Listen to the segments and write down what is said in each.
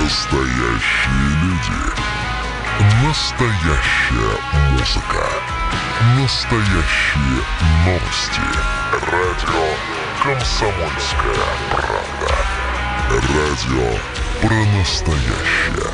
Настоящие люди. Настоящая музыка. Настоящие новости. Радио «Комсомольская правда». Радио про настоящее.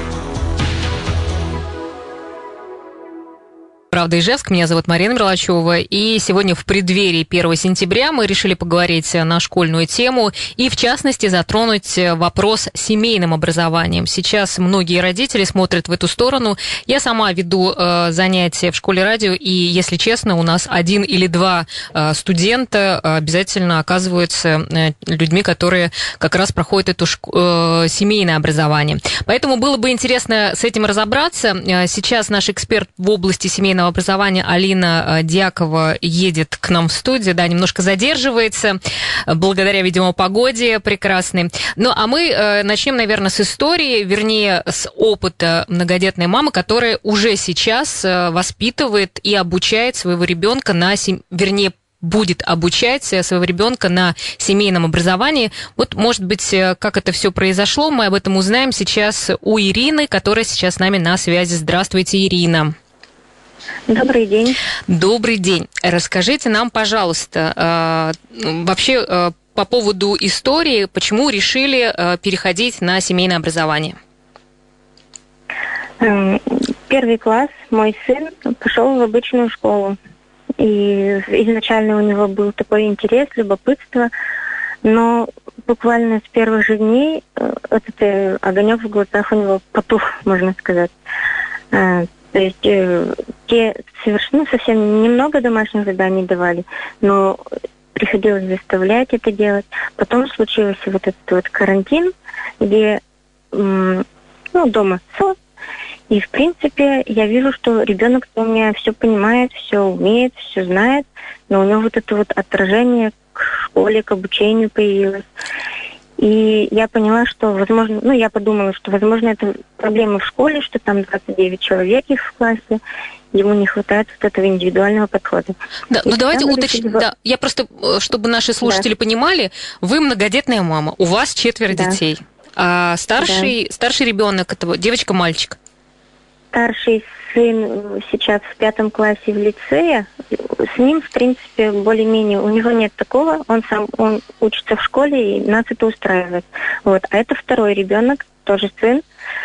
«Правда» Ижевск. Меня зовут Марина Мерлачева. И сегодня в преддверии 1 сентября мы решили поговорить на школьную тему и, в частности, затронуть вопрос с семейным образованием. Сейчас многие родители смотрят в эту сторону. Я сама веду занятия в школе радио, и, если честно, у нас 1 или 2 студента обязательно оказываются людьми, которые как раз проходят это семейное образование. Поэтому было бы интересно с этим разобраться. Сейчас наш эксперт в области семейного образования Алина Дьякова едет к нам в студию, да, немножко задерживается, благодаря, видимо, погоде прекрасной. Ну, а мы начнем, наверное, с истории, вернее, с опыта многодетной мамы, которая уже сейчас воспитывает и обучает своего ребенка будет обучать своего ребенка на семейном образовании. Вот, может быть, как это все произошло, мы об этом узнаем сейчас у Ирины, которая сейчас с нами на связи. Здравствуйте, Ирина. Добрый день. Добрый день. Расскажите нам, пожалуйста, вообще по поводу истории, почему решили переходить на семейное образование? 1 класс, мой сын пошел в обычную школу. И изначально у него был такой интерес, любопытство, но буквально с первых же дней этот огонек в глазах у него потух, можно сказать. То есть совсем немного домашних заданий давали, но приходилось заставлять это делать. Потом случился вот этот вот карантин, где дома сон. И, в принципе, я вижу, что ребенок у меня все понимает, все умеет, все знает, но у него вот это вот отражение к школе, к обучению появилось. И я поняла, что, возможно, я подумала, что, возможно, это проблема в школе, что там 29 человек их в классе, ему не хватает вот этого индивидуального подхода. Да, ну давайте уточним. Да, я просто, чтобы наши слушатели понимали, вы многодетная мама, у вас 4 детей. А старший ребенок, это девочка-мальчик? Старший сын сейчас в 5 классе в лицее. С ним, в принципе, более-менее, у него нет такого. Он учится в школе, и нас это устраивает. Вот. А это второй ребенок, тоже сын.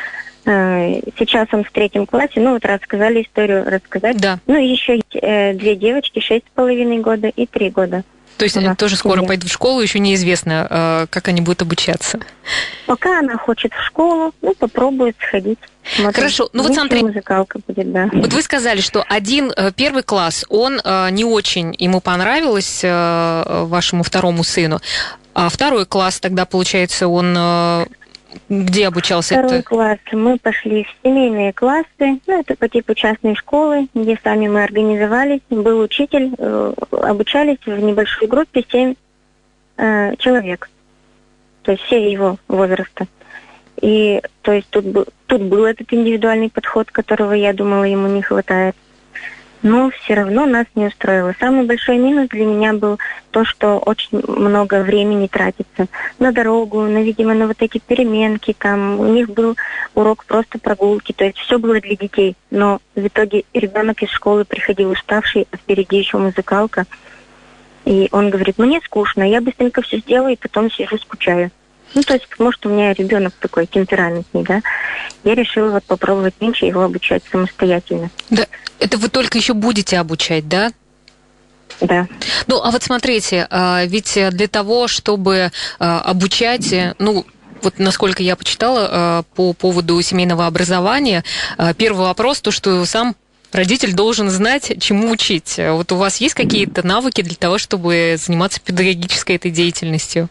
Сейчас он в 3 классе. Рассказали историю, рассказать. Да. Еще 2 девочки, 6,5 года и 3 года. То есть они тоже скоро пойдут в школу, еще неизвестно, как они будут обучаться. Пока она хочет в школу, попробует сходить. Хорошо, смотри, музыкалка будет, да. Вот вы сказали, что 1 класс, он не очень ему понравилось, вашему второму сыну, а 2 класс тогда, получается, он где обучался? 2 класс мы пошли в семейные классы, это по типу частной школы, где сами мы организовались, был учитель, обучались в небольшой группе 7 человек, то есть все его возраста. И то есть тут был этот индивидуальный подход, которого, я думала, ему не хватает. Но все равно нас не устроило. Самый большой минус для меня был то, что очень много времени тратится на дорогу, видимо, на вот эти переменки. Там у них был урок просто прогулки. То есть все было для детей. Но в итоге ребенок из школы приходил уставший, а впереди еще музыкалка. И он говорит, мне скучно, я быстренько все сделаю, и потом сижу, скучаю. То есть, может, у меня ребенок такой темпераментный, да. Я решила попробовать меньше его обучать самостоятельно. Да, это вы только еще будете обучать, да? Да. А вот смотрите, ведь для того, чтобы обучать, насколько я почитала по поводу семейного образования, первый вопрос, то, что сам родитель должен знать, чему учить. Вот у вас есть какие-то навыки для того, чтобы заниматься педагогической этой деятельностью?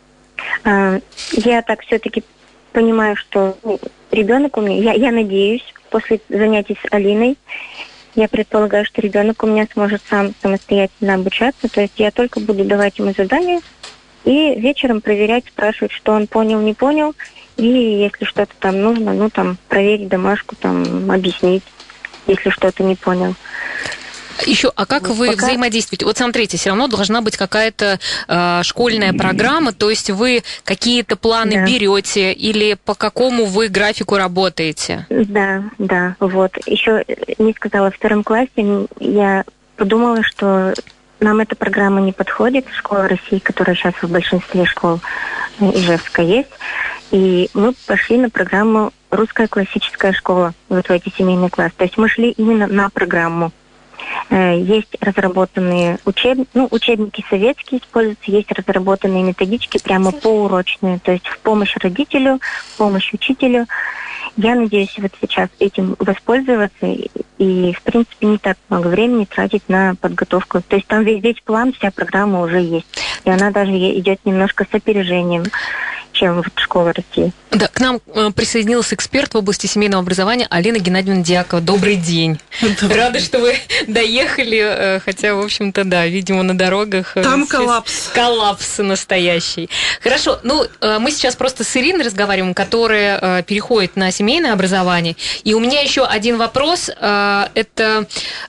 Я так все-таки понимаю, что ребенок у меня, я надеюсь, после занятий с Алиной, я предполагаю, что ребенок у меня сможет самостоятельно обучаться, то есть я только буду давать ему задания и вечером проверять, спрашивать, что он понял, не понял, и если что-то там нужно, проверить домашку, объяснить, если что-то не понял. Еще, а как вы взаимодействуете? Вот смотрите, все равно должна быть какая-то школьная программа, то есть вы какие-то планы берете или по какому вы графику работаете? Да, вот. Еще не сказала, в 2 классе я подумала, что нам эта программа не подходит, школа России, которая сейчас в большинстве школ Ижевска есть. И мы пошли на программу «Русская классическая школа», вот в эти семейные классы. То есть мы шли именно на программу. Есть разработанные учебники советские используются, есть разработанные методички прямо поурочные, то есть в помощь родителю, в помощь учителю. Я надеюсь вот сейчас этим воспользоваться и, в принципе, не так много времени тратить на подготовку. То есть там весь план, вся программа уже есть. И она даже идет немножко с опережением, чем вот школа России. Да, к нам присоединился эксперт в области семейного образования Алина Геннадьевна Дьякова. Добрый день. Рада, что вы доехали, хотя, в общем-то, да, видимо, на дорогах... Там коллапс. Коллапс настоящий. Хорошо, мы сейчас просто с Ириной разговариваем, которая переходит на семейное образование. И у меня еще один вопрос. Это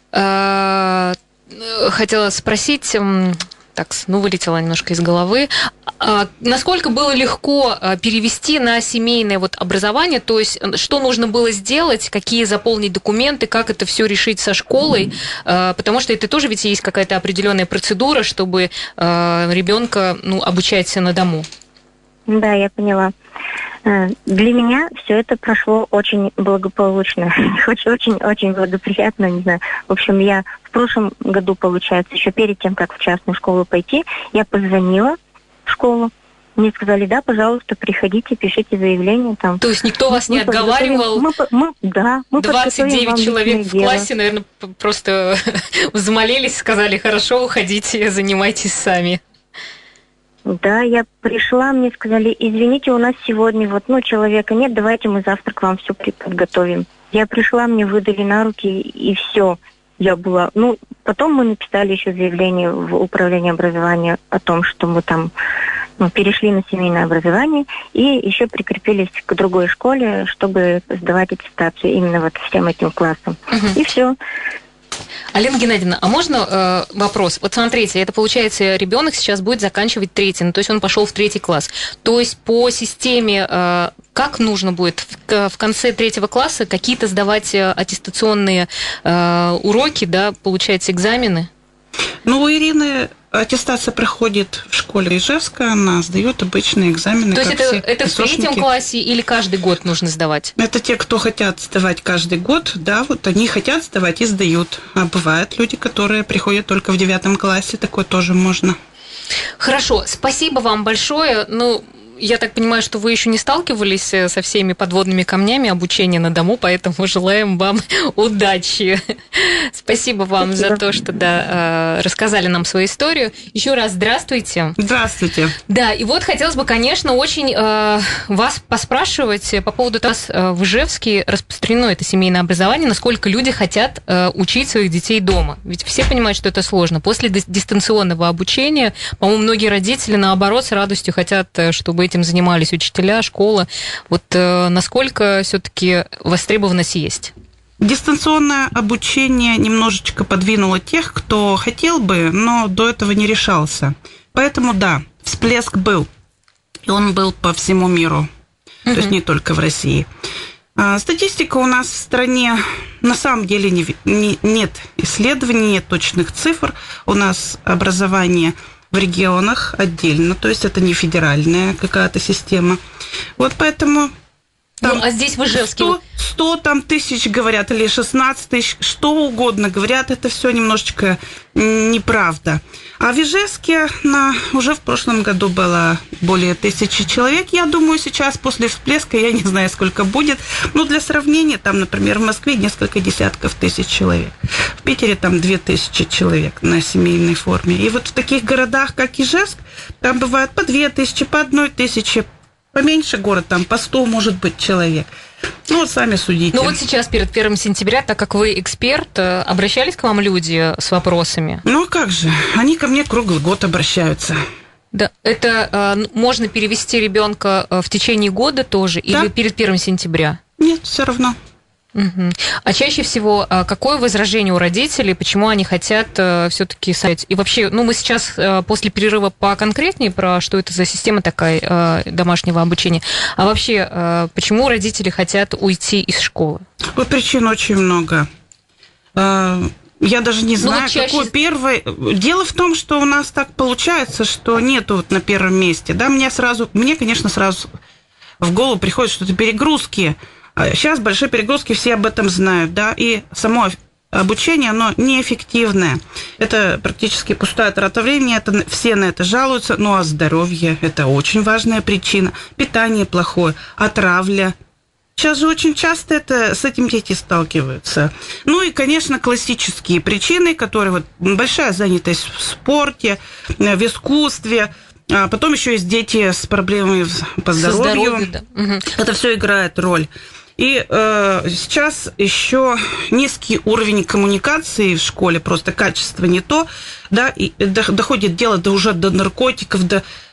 хотела спросить... Так, вылетело немножко из головы. Насколько было легко перевести на семейное образование, то есть что нужно было сделать, какие заполнить документы, как это все решить со школой, потому что это тоже ведь есть какая-то определенная процедура, чтобы ребенка обучать на дому. Да, я поняла. Для меня все это прошло очень благополучно, очень благоприятно, не знаю. В общем, я в прошлом году, получается, еще перед тем, как в частную школу пойти, я позвонила в школу. Мне сказали, да, пожалуйста, приходите, пишите заявление там. То есть никто вас не отговаривал? Мы 29 человек в классе, наверное, просто взмолились, сказали, хорошо, уходите, занимайтесь сами. Да, я пришла, мне сказали, извините, у нас сегодня человека нет, давайте мы завтра к вам все подготовим. Я пришла, мне выдали на руки, и все. Я была... потом мы написали еще заявление в управление образования о том, что мы там перешли на семейное образование, и еще прикрепились к другой школе, чтобы сдавать аттестацию именно всем этим классам. И все. Алина Геннадьевна, а можно вопрос? Вот смотрите, это получается, ребенок сейчас будет заканчивать 3-й, то есть он пошел в 3 класс. То есть по системе, как нужно будет в конце 3 класса какие-то сдавать аттестационные уроки, да, получается, экзамены? У Ирины аттестация проходит в школе Ижевска, она сдает обычные экзамены. То есть это в 3 классе или каждый год нужно сдавать? Это те, кто хотят сдавать каждый год, да, они хотят сдавать и сдают. А бывают люди, которые приходят только в 9 классе, такое тоже можно. Хорошо, спасибо вам большое. Я так понимаю, что вы еще не сталкивались со всеми подводными камнями обучения на дому, поэтому желаем вам удачи. Спасибо вам за то, что рассказали нам свою историю. Еще раз здравствуйте. Здравствуйте. Да, и хотелось бы, конечно, очень вас поспрашивать по поводу того, в Ижевске распространено это семейное образование, насколько люди хотят учить своих детей дома. Ведь все понимают, что это сложно. После дистанционного обучения, по-моему, многие родители, наоборот, с радостью хотят, чтобы этим занимались учителя, школа. Насколько все-таки востребованность есть? Дистанционное обучение немножечко подвинуло тех, кто хотел бы, но до этого не решался. Поэтому, да, всплеск был. И он был по всему миру. То есть не только в России. Статистика у нас в стране на самом деле нет исследований, нет точных цифр. У нас образование в регионах отдельно, то есть это не федеральная какая-то система. Поэтому... а здесь в Ижевске... 100 тысяч говорят, или 16 тысяч, что угодно говорят, это все немножечко неправда. А в Ижевске уже в прошлом году было более 1000 человек. Я думаю, сейчас после всплеска, я не знаю, сколько будет. Для сравнения, там, например, в Москве несколько десятков тысяч человек. В Питере там 2000 человек на семейной форме. И в таких городах, как Ижевск, там бывает по 2000, по 1000. Поменьше город, там по 100, может быть, человек. Сами судите. Сейчас, перед 1 сентября, так как вы эксперт, обращались к вам люди с вопросами? А как же? Они ко мне круглый год обращаются. Да, это можно перевести ребенка в течение года тоже, да? Или перед 1 сентября? Нет, все равно. А чаще всего какое возражение у родителей, почему они хотят все-таки ставить? И вообще, мы сейчас после перерыва поконкретнее про что это за система такая домашнего обучения. А вообще, почему родители хотят уйти из школы? Причин очень много. Я даже не знаю, какой первый. Дело в том, что у нас так получается, что нету на первом месте. Да, мне, конечно, сразу в голову приходит что-то перегрузки. Сейчас большие перегрузки, все об этом знают, да, и само обучение, оно неэффективное. Это практически пустая трата времени, все на это жалуются, а здоровье – это очень важная причина. Питание плохое, отравля. Сейчас же очень часто с этим дети сталкиваются. И, конечно, классические причины, которые большая занятость в спорте, в искусстве. А потом еще есть дети с проблемами по здоровью. Да. Это все играет роль. И сейчас еще низкий уровень коммуникации в школе, просто качество не то, да, и доходит дело уже до наркотиков,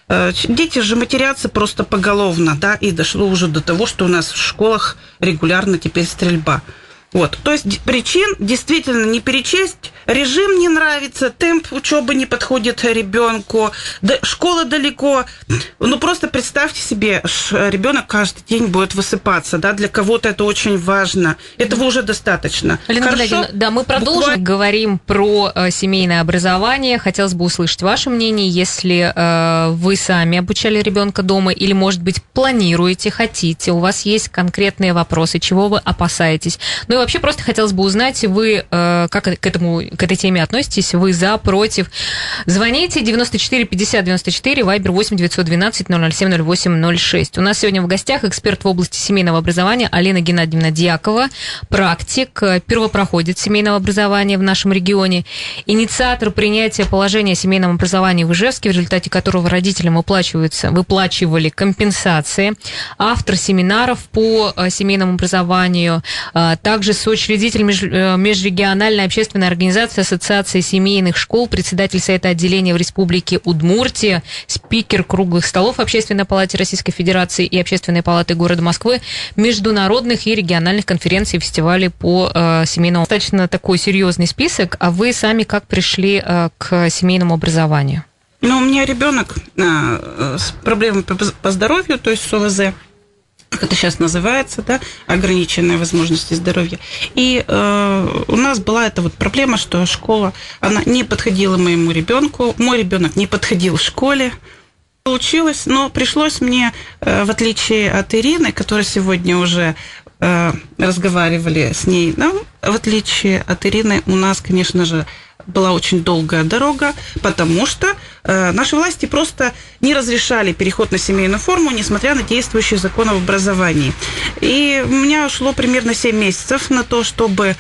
дети же матерятся просто поголовно, да, и дошло уже до того, что у нас в школах регулярно теперь стрельба. То есть причин действительно не перечесть. Режим не нравится, темп учебы не подходит ребенку, школа далеко. Просто представьте себе, ребенок каждый день будет высыпаться, да, для кого-то это очень важно. Этого уже достаточно. Алина Геннадьевна, да, мы продолжим, говорим про семейное образование. Хотелось бы услышать ваше мнение, если вы сами обучали ребенка дома или, может быть, планируете, хотите, у вас есть конкретные вопросы, чего вы опасаетесь. И вообще просто хотелось бы узнать, вы как к этой теме относитесь, вы за, против. Звоните 94 50 94, вайбер 8 912 007 08 06. У нас сегодня в гостях эксперт в области семейного образования Алина Геннадьевна Дьякова, практик, первопроходец семейного образования в нашем регионе, инициатор принятия положения о семейном образовании в Ижевске, в результате которого родителям выплачивали компенсации, автор семинаров по семейному образованию, также соучредитель межрегиональной общественной организации Ассоциации семейных школ, председатель совета отделения в Республике Удмуртия, спикер круглых столов Общественной палаты Российской Федерации и Общественной палаты города Москвы, международных и региональных конференций и фестивалей по семейному. Достаточно такой серьезный список. А вы сами как пришли к семейному образованию? У меня ребенок с проблемами по здоровью, то есть с ОВЗ, как это сейчас называется, да, ограниченные возможности здоровья. И у нас была эта проблема, что школа, она не подходила моему ребенку, мой ребенок не подходил в школе. Получилось, но пришлось мне, в отличие от Ирины, которая сегодня уже разговаривали с ней, в отличие от Ирины, у нас, конечно же, была очень долгая дорога, потому что наши власти просто не разрешали переход на семейную форму, несмотря на действующий закон об образовании. И у меня ушло примерно 7 месяцев на то, чтобы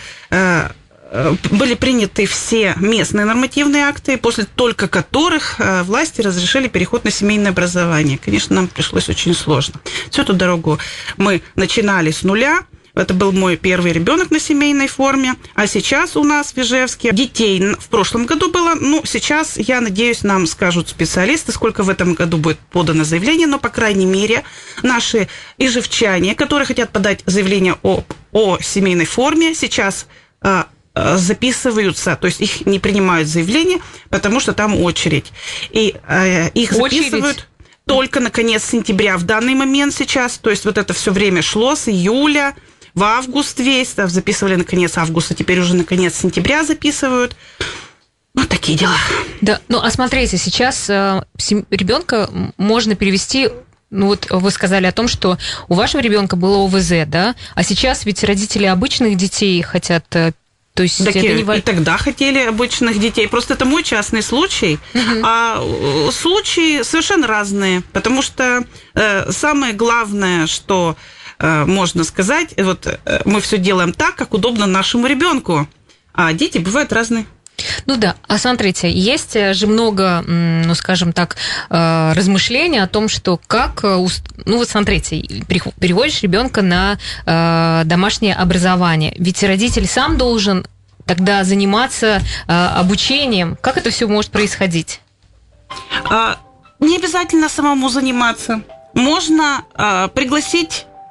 были приняты все местные нормативные акты, после только которых власти разрешили переход на семейное образование. Конечно, нам пришлось очень сложно. Всю эту дорогу мы начинали с нуля. Это был мой первый ребенок на семейной форме. А сейчас у нас в Ижевске детей в прошлом году было. Сейчас, я надеюсь, нам скажут специалисты, сколько в этом году будет подано заявление. Но, по крайней мере, наши ижевчане, которые хотят подать заявление о семейной форме, сейчас записываются, то есть их не принимают заявление, потому что там очередь. И их записывают только на конец сентября в данный момент сейчас. То есть это все время шло с июля в август весь, записывали на конец августа, теперь уже на конец сентября записывают. Такие дела. Да, а смотрите, сейчас ребенка можно перевести. Вы сказали о том, что у вашего ребенка было ОВЗ, да? А сейчас ведь родители обычных детей хотят. То есть и тогда хотели обычных детей. Просто это мой частный случай. А случаи совершенно разные. Потому что самое главное, что можно сказать, мы все делаем так, как удобно нашему ребенку. А дети бывают разные. А смотрите, есть же много, скажем так, размышлений о том, что как, смотрите, переводишь ребенка на домашнее образование, ведь родитель сам должен тогда заниматься обучением. Как это все может происходить? Не обязательно самому заниматься. Можно пригласить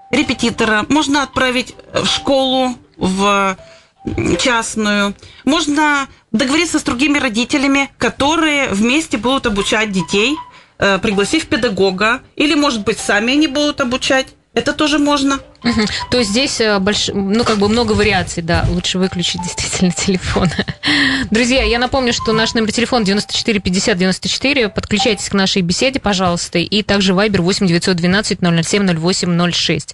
репетитора, можно отправить в школу, в частную, можно договориться с другими родителями, которые вместе будут обучать детей, пригласив педагога, или, может быть, сами они будут обучать. Это тоже можно. То есть здесь много вариаций, да. Лучше выключить действительно телефон. Друзья, я напомню, что наш номер телефона 94 50 94. Подключайтесь к нашей беседе, пожалуйста. И также Viber 8 912 007 08 06.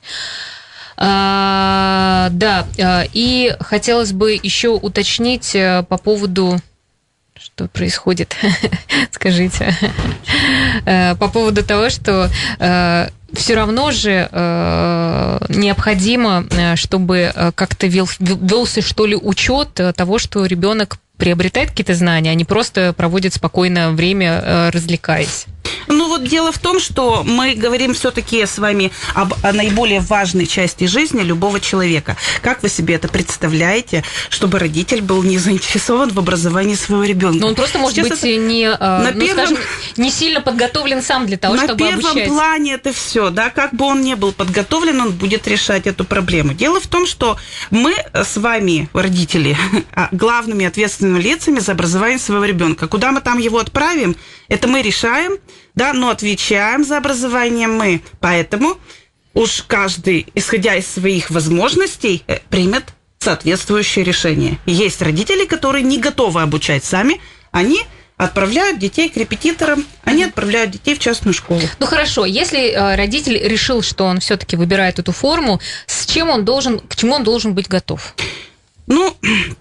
Да, и хотелось бы еще уточнить по поводу... Что происходит? Скажите. По поводу того, что все равно же необходимо, чтобы как-то велся, что ли, учет того, что ребенок приобретает какие-то знания, а не просто проводит спокойное время, развлекаясь. Ну вот дело в том, что мы говорим все-таки с вами о наиболее важной части жизни любого человека. Как вы себе это представляете, чтобы родитель был не заинтересован в образовании своего ребенка? Но он просто, может быть, не сильно подготовлен сам для того, чтобы обучать. На первом плане это все, да, как бы он ни был подготовлен, он будет решать эту проблему. Дело в том, что мы с вами, родители, главными ответственными лицами за образование своего ребенка. Куда мы там его отправим, это мы решаем, да, но отвечаем за образование мы. Поэтому уж каждый, исходя из своих возможностей, примет соответствующее решение. Есть родители, которые не готовы обучать сами, они отправляют детей к репетиторам, они отправляют детей в частную школу. Ну хорошо, если родитель решил, что он все-таки выбирает эту форму, к чему он должен быть готов? Ну,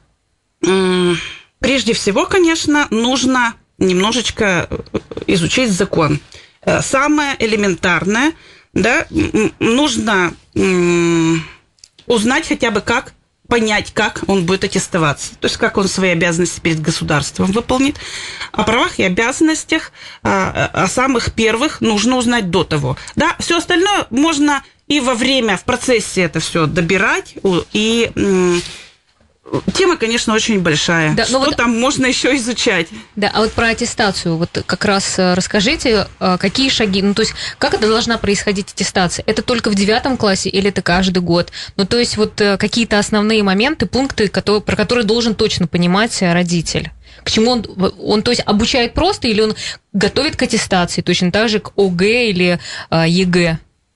прежде всего, конечно, нужно немножечко изучить закон. Самое элементарное, да, нужно узнать хотя бы понять, как он будет аттестоваться, то есть как он свои обязанности перед государством выполнит. О правах и обязанностях, о самых первых нужно узнать до того. Да, все остальное можно и во время, в процессе это все добирать, и тема, конечно, очень большая. Да, что там можно еще изучать? Да, а вот про аттестацию, вот как раз расскажите, какие шаги, ну, то есть, как это должна происходить аттестация? Это только в 9 классе или это каждый год? Ну, то есть, вот какие-то основные моменты, пункты, про которые должен точно понимать родитель? К чему он, то есть, обучает просто или он готовит к аттестации, точно так же к ОГЭ или ЕГЭ?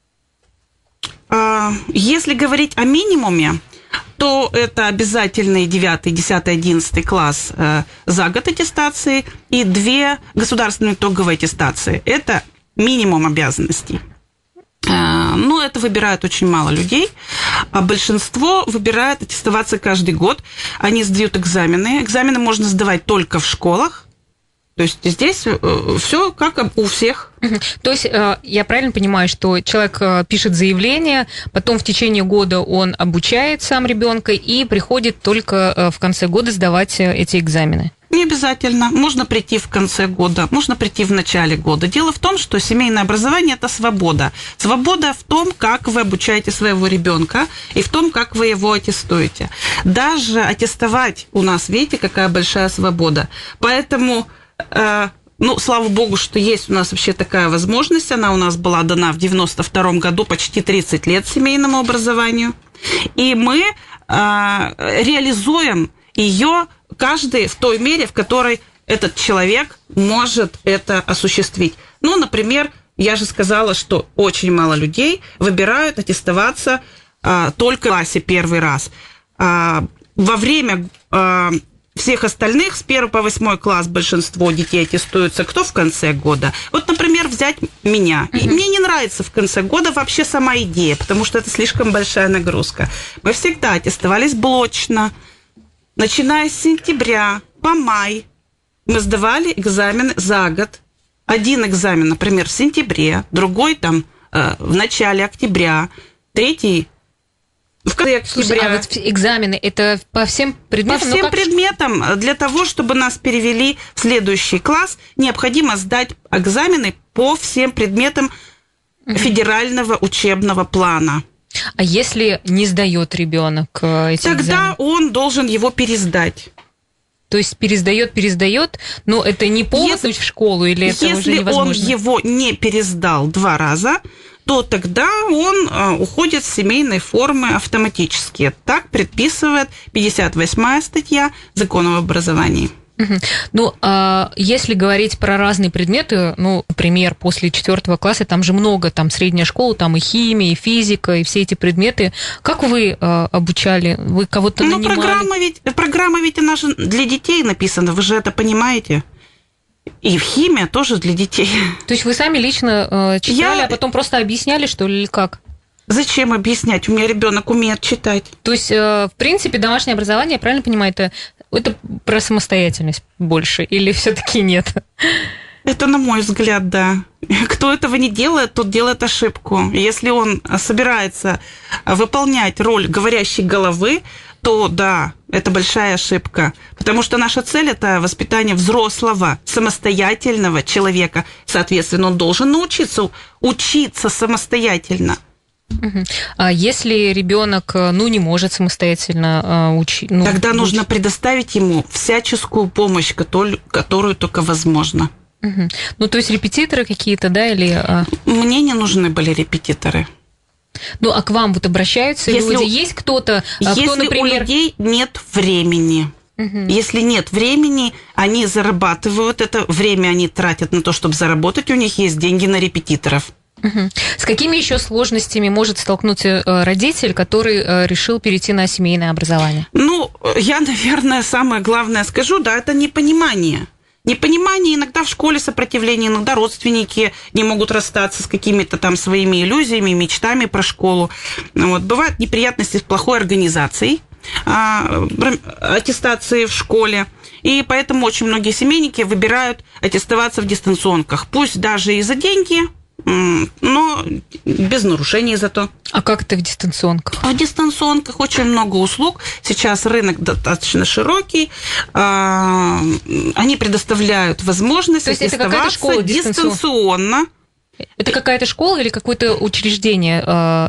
Если говорить о минимуме, то это обязательный 9, 10, 11 класс за год аттестации и 2 государственные итоговые аттестации. Это минимум обязанностей. Но это выбирают очень мало людей, а большинство выбирает аттестоваться каждый год. Они сдают экзамены. Экзамены можно сдавать только в школах. То есть здесь все как у всех. То есть я правильно понимаю, что человек пишет заявление, потом в течение года он обучает сам ребенка и приходит только в конце года сдавать эти экзамены? Не обязательно. Можно прийти в конце года, можно прийти в начале года. Дело в том, что семейное образование – это свобода. Свобода в том, как вы обучаете своего ребенка и в том, как вы его аттестуете. Даже аттестовать у нас, видите, какая большая свобода. Поэтому... Ну, слава богу, что есть у нас вообще такая возможность. Она у нас была дана в 92-м году, почти 30 лет семейному образованию. И мы реализуем ее каждый в той мере, в которой этот человек может это осуществить. Ну, например, я же сказала, что очень мало людей выбирают аттестоваться только в классе первый раз. Во время... всех остальных с 1 по 8 класс большинство детей аттестуются. Кто в конце года? Вот, например, взять меня. И мне не нравится в конце года вообще сама идея, потому что это слишком большая нагрузка. Мы всегда аттестовались блочно. Начиная с сентября по май мы сдавали экзамены за год. Один экзамен, например, в сентябре, другой там в начале октября, третий в конце октября. Слушай, а вот экзамены, это по всем предметам? По всем предметам. Для того, чтобы нас перевели в следующий класс, необходимо сдать экзамены по всем предметам федерального учебного плана. А если не сдает ребенок эти экзамены? Тогда он должен его пересдать. То есть пересдает, но это не повод в школу или это уже невозможно? Если он его не пересдал 2 раза, то тогда он уходит с семейной формы автоматически. Так предписывает 58-я статья Закона об образовании. Ну, а если говорить про разные предметы, ну, например, после 4 класса, там же много, там средняя школа, там и химия, и физика, и все эти предметы. Как вы обучали? Вы кого-то нанимали? Программа ведь она же для детей написана, вы же это понимаете. И химия тоже для детей. То есть вы сами лично читали, а потом просто объясняли, что ли, или как? Зачем объяснять? У меня ребенок умеет читать. То есть, в принципе, домашнее образование, я правильно понимаю, это про самостоятельность больше или все-таки нет? Это, на мой взгляд, да. Кто этого не делает, тот делает ошибку. Если он собирается выполнять роль говорящей головы, то да, это большая ошибка. Потому что наша цель – это воспитание взрослого, самостоятельного человека. Соответственно, он должен научиться учиться самостоятельно. А если ребенок, не может самостоятельно учить? Тогда нужно предоставить ему всяческую помощь, которую только возможно. Ну, то есть репетиторы какие-то, да, или... Мне не нужны были репетиторы. Ну, а к вам вот обращаются люди? Есть кто-то, кто, например... у людей нет времени. Если нет времени, они зарабатывают это время, они тратят на то, чтобы заработать, у них есть деньги на репетиторов. С какими еще сложностями может столкнуться родитель, который решил перейти на семейное образование? Ну, я, наверное, самое главное скажу, да, это непонимание. Непонимание, иногда в школе сопротивление, иногда родственники не могут расстаться с какими-то там своими иллюзиями, мечтами про школу. Вот. Бывают неприятности с плохой организацией аттестации в школе. И поэтому очень многие семейники выбирают аттестоваться в дистанционках. Пусть даже и за деньги, но без нарушений зато. А как это в дистанционках? В дистанционках очень много услуг. Сейчас рынок достаточно широкий. Они предоставляют возможность аттестоваться дистанционно. Это какая-то школа или какое-то учреждение?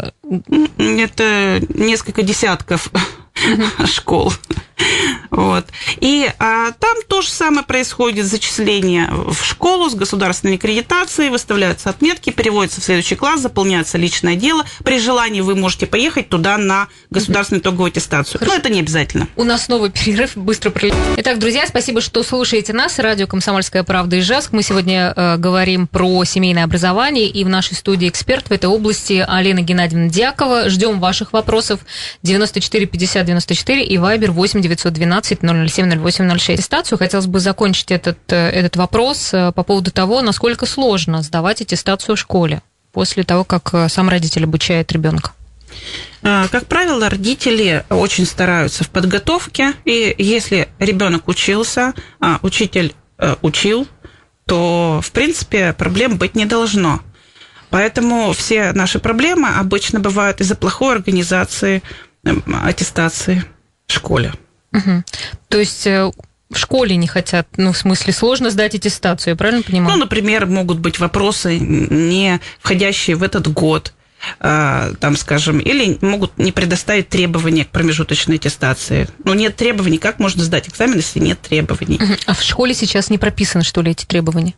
Это несколько десятков школ. Вот. И там то же самое происходит. Зачисление в школу с государственной аккредитацией, выставляются отметки, переводятся в следующий класс, заполняется личное дело. При желании вы можете поехать туда на государственную итоговую аттестацию. Хорошо. Но это не обязательно. У нас снова перерыв, быстро пролетел. Итак, друзья, спасибо, что слушаете нас. Радио «Комсомольская правда» Ижевск. Мы сегодня говорим про семейное образование. И в нашей студии эксперт в этой области Алена Геннадьевна Дьякова. Ждем ваших вопросов. 94 50 94 и Вайбер 8 912 007 08 06. Аттестацию хотелось бы закончить этот вопрос по поводу того, насколько сложно сдавать аттестацию в школе после того, как сам родитель обучает ребенка. Как правило, родители очень стараются в подготовке, и если ребенок учился, учитель учил, то, в принципе, проблем быть не должно. Поэтому все наши проблемы обычно бывают из-за плохой организации аттестации в школе. То есть в школе не хотят, в смысле, сложно сдать аттестацию, я правильно понимаю? Например, могут быть вопросы, не входящие в этот год, там, скажем, или могут не предоставить требования к промежуточной аттестации. Нет требований, как можно сдать экзамен, если нет требований? А в школе сейчас не прописаны, что ли, эти требования?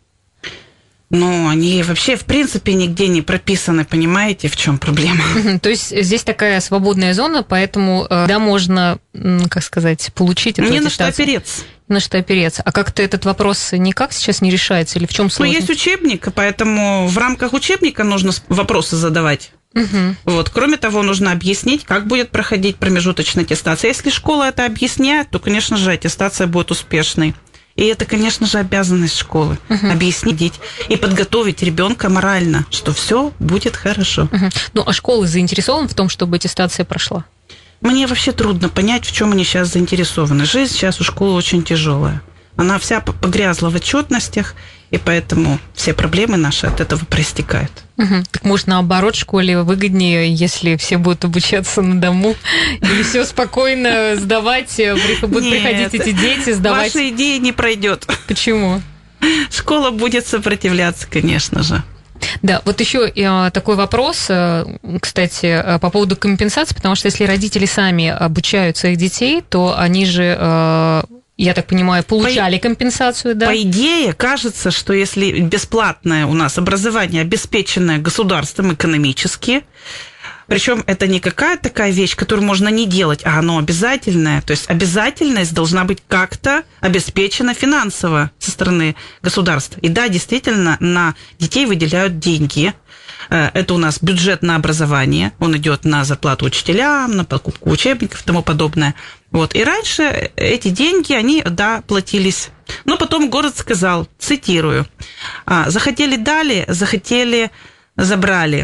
Они вообще, в принципе, нигде не прописаны, понимаете, в чем проблема? То есть здесь такая свободная зона, поэтому можно, получить эту аттестацию. Не на что опереться. На что опереться. А как-то этот вопрос никак сейчас не решается? Или в чем сложность? Есть учебник, поэтому в рамках учебника нужно вопросы задавать. Вот. Кроме того, нужно объяснить, как будет проходить промежуточная аттестация. Если школа это объясняет, то, конечно же, аттестация будет успешной. И это, конечно же, обязанность школы объяснить и подготовить ребенка морально, что все будет хорошо. А школы заинтересованы в том, чтобы аттестация прошла? Мне вообще трудно понять, в чем они сейчас заинтересованы. Жизнь сейчас у школы очень тяжелая. Она вся погрязла в отчетностях, и поэтому все проблемы наши от этого проистекают. Так может, наоборот, школе выгоднее, если все будут обучаться на дому, или все спокойно сдавать, будут приходить эти дети, сдавать? Ваша идея не пройдет. Почему? Школа будет сопротивляться, конечно же. Да, вот еще такой вопрос, кстати, по поводу компенсации, потому что если родители сами обучают своих детей, то они же я так понимаю, получали компенсацию, да? По идее, кажется, что если бесплатное у нас образование, обеспеченное государством экономически, причем это не какая-то такая вещь, которую можно не делать, а оно обязательное. То есть обязательность должна быть как-то обеспечена финансово со стороны государства. И да, действительно, на детей выделяют деньги. Это у нас бюджет на образование, он идет на зарплату учителям, на покупку учебников и тому подобное. Вот. И раньше эти деньги, они, да, платились. Но потом город сказал, цитирую, захотели дали, захотели забрали.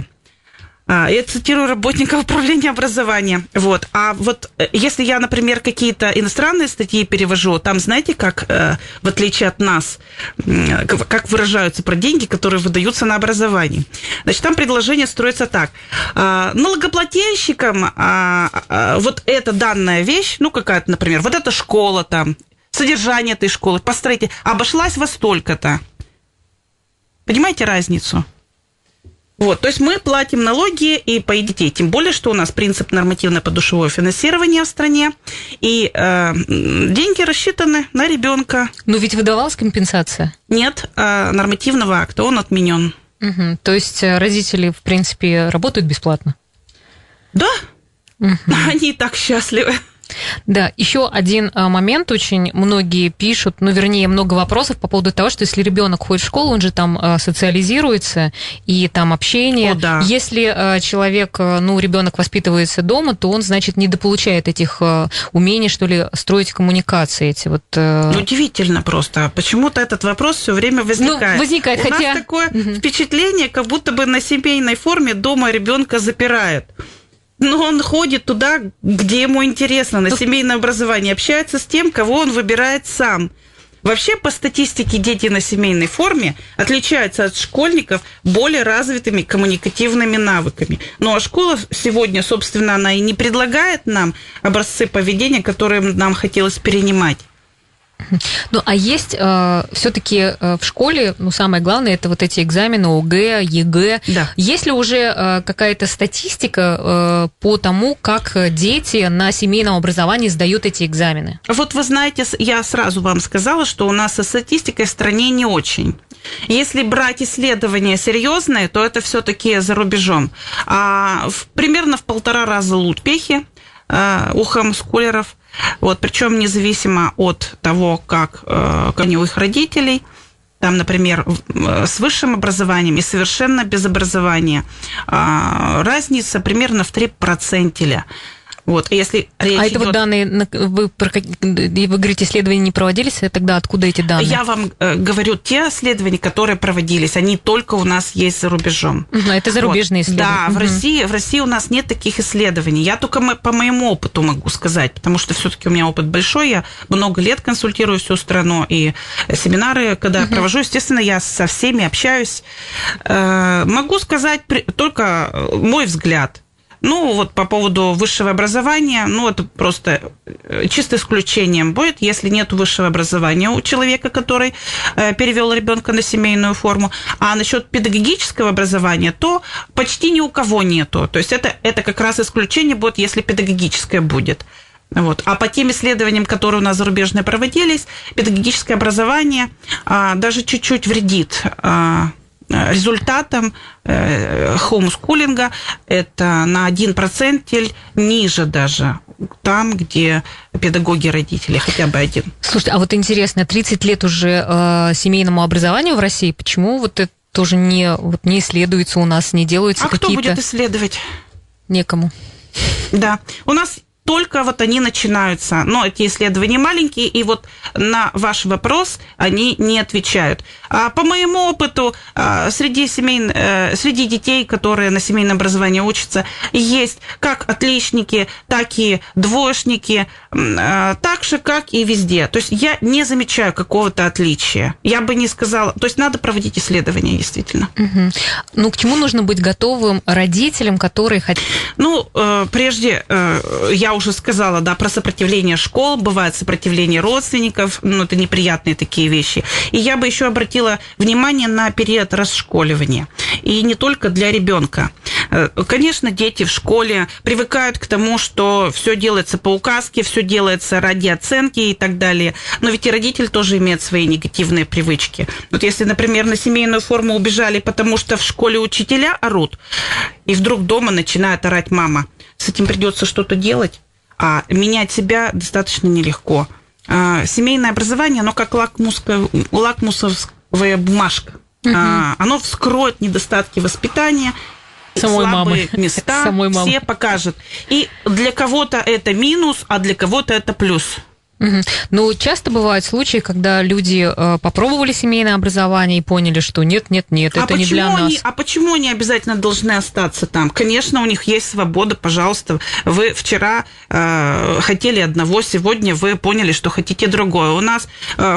Я цитирую работников управления образования. Вот. А вот если я, например, какие-то иностранные статьи перевожу, там, знаете, как, в отличие от нас, как выражаются про деньги, которые выдаются на образование. Значит, там предложение строится так. Налогоплательщикам вот эта данная вещь, ну, какая-то, например, вот эта школа там, содержание этой школы, постройте, обошлась во столько-то. Понимаете разницу? Вот, то есть мы платим налоги и по детей, тем более, что у нас принцип нормативно-подушевого финансирования в стране, и деньги рассчитаны на ребенка. Но ведь выдавалась компенсация? Нет, нормативного акта, он отменен. Угу. То есть родители, в принципе, работают бесплатно? Да, они и так счастливы. Да, еще один момент, очень многие пишут, ну, вернее, много вопросов по поводу того, что если ребенок ходит в школу, он же там социализируется, и там общение. О, да. Если человек, ну, ребенок воспитывается дома, то он, значит, недополучает этих умений, что ли, строить коммуникации эти вот. Ну, удивительно просто. Почему-то этот вопрос все время возникает. Ну, возникает, У нас такое впечатление, как будто бы на семейной форме дома ребенка запирают. Но он ходит туда, где ему интересно, на семейное образование, общается с тем, кого он выбирает сам. Вообще, по статистике, дети на семейной форме отличаются от школьников более развитыми коммуникативными навыками. Ну, а школа сегодня, собственно, она и не предлагает нам образцы поведения, которые нам хотелось перенимать. Ну, а есть все-таки в школе, ну, самое главное, это вот эти экзамены ОГЭ, ЕГЭ. Да. Есть ли уже какая-то статистика по тому, как дети на семейном образовании сдают эти экзамены? Вот вы знаете, я сразу вам сказала, что у нас со статистикой в стране не очень. Если брать исследования серьезные, то это все-таки за рубежом. Примерно в 1,5 раза успехи у хомскулеров. Вот, причем независимо от того, как они у их родителей, там, например, с высшим образованием и совершенно без образования, разница примерно в 3%. Вот, если речь это вот данные, вы говорите, исследования не проводились, тогда откуда эти данные? Я вам говорю, те исследования, которые проводились, они только у нас есть за рубежом. Это зарубежные исследования. Да, в России у нас нет таких исследований. Я только по моему опыту могу сказать, потому что все-таки у меня опыт большой, я много лет консультирую всю страну, и семинары, когда я провожу, естественно, я со всеми общаюсь. Могу сказать только мой взгляд. Ну, вот по поводу высшего образования, ну, это просто чисто исключением будет, если нет высшего образования у человека, который перевел ребенка на семейную форму. А насчет педагогического образования, то почти ни у кого нету. То есть это как раз исключение будет, если педагогическое будет. Вот. А по тем исследованиям, которые у нас зарубежные проводились, педагогическое образование даже чуть-чуть вредит результатом хоумскулинга. Это на 1% ниже даже там, где педагоги родители, хотя бы один. Слушайте, а вот интересно, 30 лет уже семейному образованию в России, почему вот это тоже не исследуется у нас, не делаются какие-то... А кто будет исследовать? Некому. Да, у нас только вот они начинаются, но эти исследования маленькие, и вот на ваш вопрос они не отвечают. А по моему опыту, среди детей, которые на семейном образовании учатся, есть как отличники, так и двоечники, так же, как и везде. То есть я не замечаю какого-то отличия. Я бы не сказала... То есть надо проводить исследования, действительно. Угу. Ну, к чему нужно быть готовым родителям, которые хотят... Ну, прежде я уже сказала, да, про сопротивление школ, бывает сопротивление родственников, ну, это неприятные такие вещи. И я бы еще обратила внимание на период расшколивания. И не только для ребенка. Конечно, дети в школе привыкают к тому, что все делается по указке, все делается ради оценки и так далее. Но ведь и родитель тоже имеет свои негативные привычки. Вот если, например, на семейную форму убежали, потому что в школе учителя орут, и вдруг дома начинает орать мама, с этим придется что-то делать, а менять себя достаточно нелегко. Семейное образование, оно как лакмусовая бумажка. Оно вскроет недостатки воспитания, самой слабые мамы. места, все покажет. И для кого-то это минус, а для кого-то это плюс. Ну, часто бывают случаи, когда люди попробовали семейное образование и поняли, что нет, это не для нас. А почему они обязательно должны остаться там? Конечно, у них есть свобода, пожалуйста. Вы вчера хотели одного, сегодня вы поняли, что хотите другое. У нас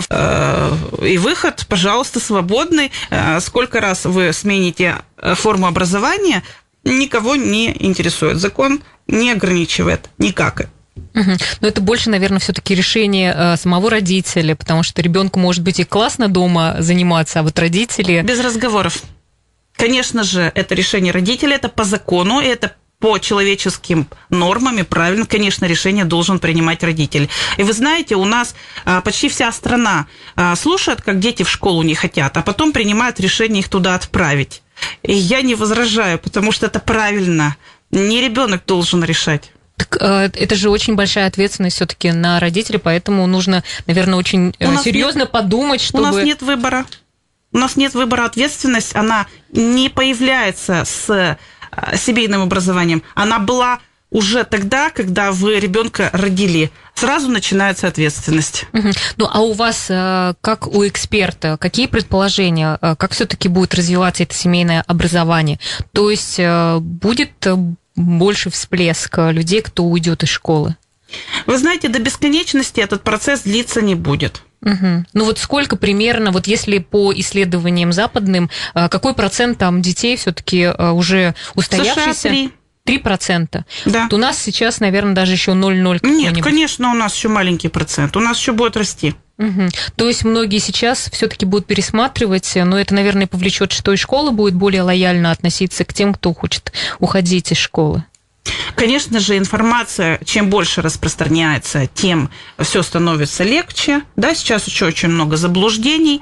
и выход, пожалуйста, свободный. Сколько раз вы смените форму образования, никого не интересует. Закон не ограничивает никак. Но это больше, наверное, все-таки решение самого родителя, потому что ребенку может быть и классно дома заниматься, а вот родители... Без разговоров. Конечно же, это решение родителя, это по закону, это по человеческим нормам, и правильно, конечно, решение должен принимать родитель. И вы знаете, у нас почти вся страна слушает, как дети в школу не хотят, а потом принимают решение их туда отправить. И я не возражаю, потому что это правильно. Не ребенок должен решать. Так это же очень большая ответственность все-таки на родителей, поэтому нужно, наверное, очень серьезно подумать, чтобы... У нас нет выбора. У нас нет выбора. Ответственность, она не появляется с семейным образованием. Она была уже тогда, когда вы ребенка родили. Сразу начинается ответственность. Ну, а у вас, как у эксперта, какие предположения, как все-таки будет развиваться это семейное образование? То есть будет больше всплеск людей, кто уйдет из школы? Вы знаете, до бесконечности этот процесс длиться не будет. Ну вот сколько примерно, вот если по исследованиям западным, какой процент там детей все-таки уже устоявшиеся? США 3%. Да. Вот у нас сейчас, наверное, даже еще 0,0 какой-нибудь. Нет, конечно, у нас еще маленький процент. У нас еще будет расти. То есть многие сейчас все-таки будут пересматривать, но это, наверное, повлечет, что и школа будет более лояльно относиться к тем, кто хочет уходить из школы. Конечно же, информация, чем больше распространяется, тем все становится легче. Да, сейчас еще очень много заблуждений.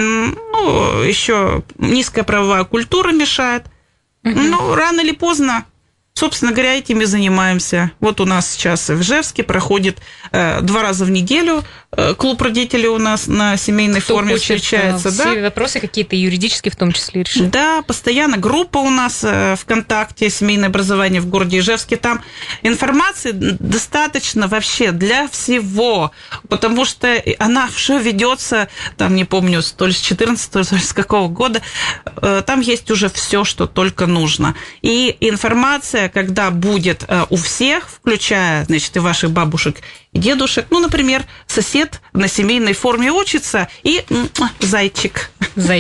Ну, еще низкая правовая культура мешает. Но рано или поздно, собственно говоря, этим и занимаемся. Вот у нас сейчас в Ижевске проходит 2 раза в неделю клуб родителей у нас на семейной форме встречается. Все вопросы какие-то юридические в том числе решить. Да, постоянно группа у нас ВКонтакте «Семейное образование в городе Ижевске». Там информации достаточно вообще для всего, потому что она все ведется, там не помню, то ли с 14-го, то ли с какого года, там есть уже все, что только нужно. И информация, когда будет у всех, включая, значит, и ваших бабушек, и дедушек, ну, например, сосед на семейной форме учится, и зайчик.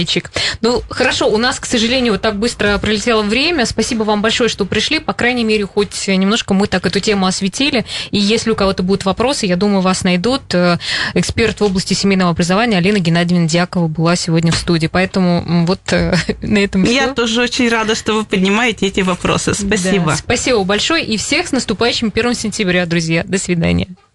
Ну, хорошо, у нас, к сожалению, вот так быстро пролетело время. Спасибо вам большое, что пришли. По крайней мере, хоть немножко мы так эту тему осветили. И если у кого-то будут вопросы, я думаю, вас найдут. Эксперт в области семейного образования Алина Геннадьевна Дьякова была сегодня в студии. Поэтому вот на этом все. Я тоже очень рада, что вы поднимаете эти вопросы. Спасибо. Да, спасибо большое. И всех с наступающим 1 сентября, друзья. До свидания.